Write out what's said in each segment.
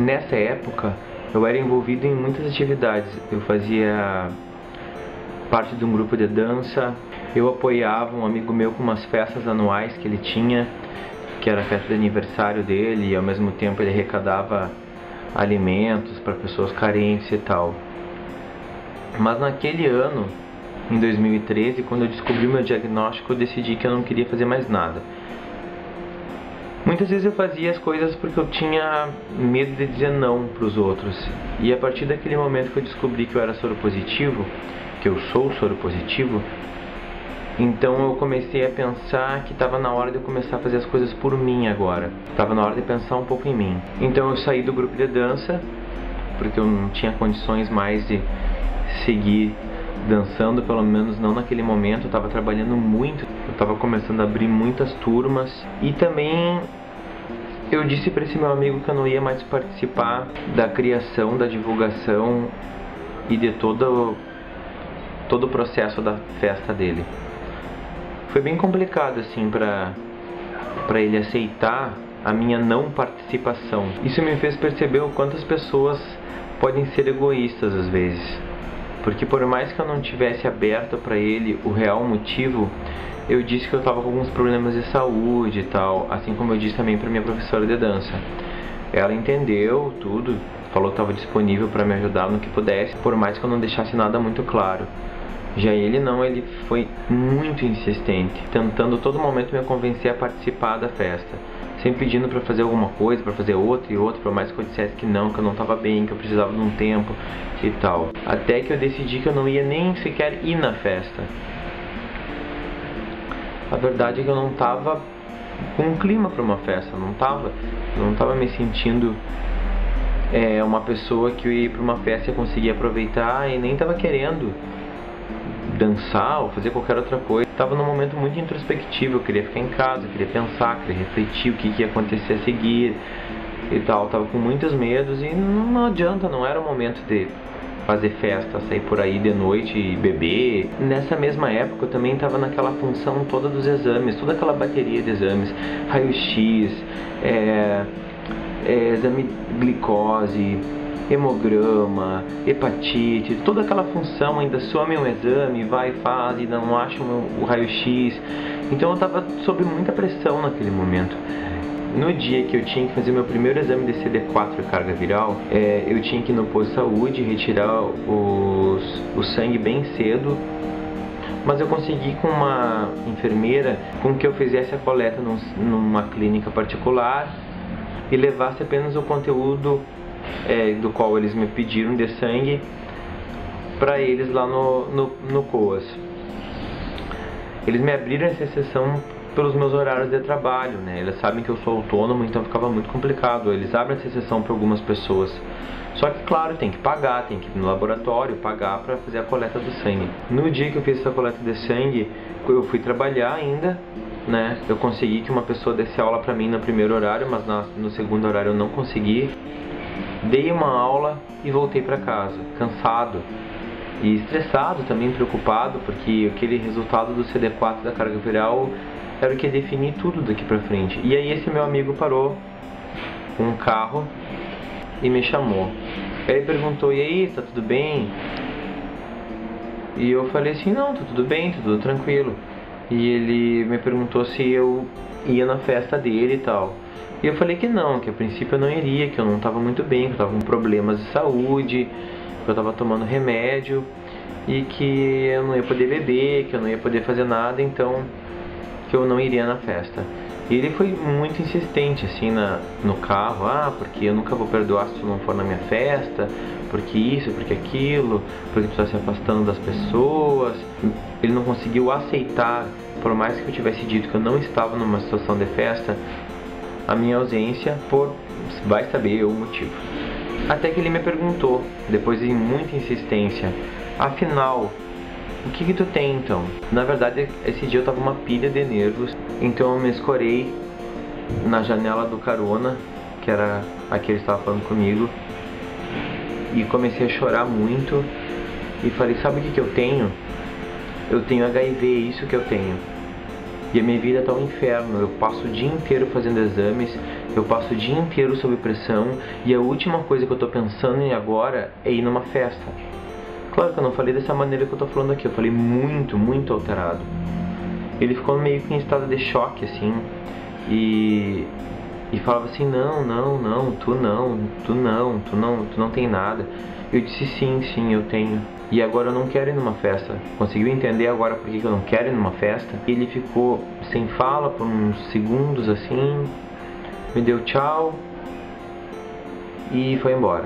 Nessa época, eu era envolvido em muitas atividades. Eu fazia parte de um grupo de dança, eu apoiava um amigo meu com umas festas anuais que ele tinha, que era a festa de aniversário dele, e ao mesmo tempo ele arrecadava alimentos para pessoas carentes e tal. Mas naquele ano, em 2013, quando eu descobri o meu diagnóstico, eu decidi que eu não queria fazer mais nada. Muitas vezes eu fazia as coisas porque eu tinha medo de dizer não para os outros. E a partir daquele momento que eu descobri que eu era soropositivo, que eu sou soropositivo, então eu comecei a pensar que estava na hora de eu começar a fazer as coisas por mim agora. Estava na hora de pensar um pouco em mim. Então eu saí do grupo de dança, porque eu não tinha condições mais de seguir dançando, pelo menos não naquele momento. Eu estava trabalhando muito, eu estava começando a abrir muitas turmas. E também eu disse para esse meu amigo que eu não ia mais participar da criação, da divulgação e de todo o processo da festa dele. Foi bem complicado assim para ele aceitar a minha não participação. Isso me fez perceber o quanto as pessoas podem ser egoístas às vezes. Porque por mais que eu não tivesse aberto para ele o real motivo, eu disse que eu estava com alguns problemas de saúde e tal, assim como eu disse também para minha professora de dança. Ela entendeu tudo, falou que estava disponível para me ajudar no que pudesse, por mais que eu não deixasse nada muito claro. Já ele não, ele foi muito insistente, tentando a todo momento me convencer a participar da festa, sempre pedindo para fazer alguma coisa, para fazer outra e outra, por mais que eu dissesse que eu não estava bem, que eu precisava de um tempo e tal. Até que eu decidi que eu não ia nem sequer ir na festa. A verdade é que eu não estava com um clima para uma festa, eu não estava me sentindo uma pessoa que eu ia ir para uma festa e conseguir aproveitar, e nem estava querendo dançar ou fazer qualquer outra coisa. Estava num momento muito introspectivo, eu queria ficar em casa, queria pensar, queria refletir o que ia acontecer a seguir e tal. Estava com muitos medos e não adianta, não era o momento de fazer festa, sair por aí de noite e beber. Nessa mesma época eu também estava naquela função toda dos exames, toda aquela bateria de exames, raio-x, exame de glicose, hemograma, hepatite, toda aquela função, ainda some um exame, vai e faz e não acham o raio-x. Então eu estava sob muita pressão naquele momento. No dia que eu tinha que fazer meu primeiro exame de CD4 e carga viral, eu tinha que ir no posto de saúde retirar o sangue bem cedo, mas eu consegui com uma enfermeira com que eu fizesse a coleta numa clínica particular e levasse apenas o conteúdo do qual eles me pediram de sangue para eles lá no COAS. Eles me abriram essa exceção pelos meus horários de trabalho, né? Eles sabem que eu sou autônomo, então ficava muito complicado. Eles abrem essa exceção para algumas pessoas. Só que, claro, tem que pagar, tem que ir no laboratório, pagar para fazer a coleta do sangue. No dia que eu fiz essa coleta de sangue, eu fui trabalhar ainda, né? Eu consegui que uma pessoa desse aula para mim no primeiro horário, mas no segundo horário eu não consegui. Dei uma aula e voltei para casa, cansado e estressado, também preocupado, porque aquele resultado do CD4 da carga viral era o que ia definir tudo daqui pra frente. E aí esse meu amigo parou com um carro e me chamou. Ele perguntou: e aí, tá tudo bem? E eu falei assim: não, tá tudo bem, tá tudo tranquilo. E ele me perguntou se eu ia na festa dele e tal. E eu falei que não, que a princípio eu não iria, que eu não estava muito bem, que eu estava com problemas de saúde, que eu estava tomando remédio e que eu não ia poder beber, que eu não ia poder fazer nada, então que eu não iria na festa. E ele foi muito insistente assim no carro: porque eu nunca vou perdoar se tu não for na minha festa, porque isso, porque aquilo, porque tu está se afastando das pessoas. Ele não conseguiu aceitar, por mais que eu tivesse dito que eu não estava numa situação de festa, a minha ausência, por vai saber o motivo. Até que ele me perguntou, depois de muita insistência: afinal, o que tu tem então? Na verdade, esse dia eu tava uma pilha de nervos, então eu me escorei na janela do carona, que era a que ele estava falando comigo, e comecei a chorar muito e falei: sabe o que eu tenho? Eu tenho HIV, é isso que eu tenho. E a minha vida tá um inferno, eu passo o dia inteiro fazendo exames, Eu passo o dia inteiro sob pressão e a última coisa que eu tô pensando em agora é ir numa festa. Claro que eu não falei dessa maneira que eu tô falando aqui, eu falei muito, muito alterado. Ele ficou meio que em estado de choque, assim, e falava assim, não, tu não tem nada. Eu disse sim, eu tenho. E agora eu não quero ir numa festa. Conseguiu entender agora por que eu não quero ir numa festa? Ele ficou sem fala por uns segundos assim, me deu tchau e foi embora.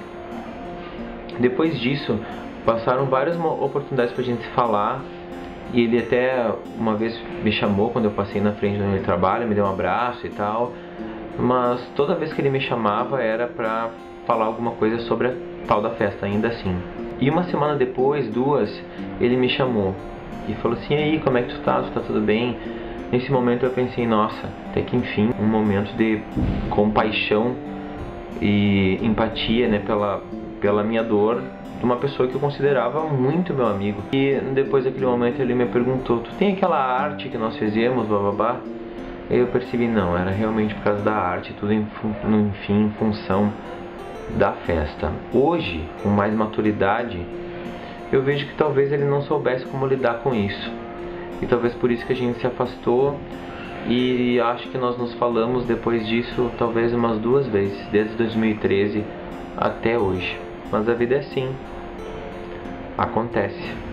Depois disso, passaram várias oportunidades pra gente se falar. E ele até uma vez me chamou quando eu passei na frente do meu trabalho, me deu um abraço e tal. Mas toda vez que ele me chamava era pra falar alguma coisa sobre a tal da festa, ainda assim. E uma semana depois, 2, ele me chamou e falou assim, e aí, como é que tu tá? Tu tá tudo bem? Nesse momento eu pensei, nossa, até que enfim, um momento de compaixão e empatia, né, pela minha dor, de uma pessoa que eu considerava muito meu amigo. E depois daquele momento ele me perguntou, tu tem aquela arte que nós fizemos, bababá? Eu percebi, não, era realmente por causa da arte, tudo enfim, em função da festa. Hoje, com mais maturidade, eu vejo que talvez ele não soubesse como lidar com isso. E talvez por isso que a gente se afastou. E acho que nós nos falamos depois disso talvez umas 2 vezes, desde 2013 até hoje. Mas a vida é assim, acontece.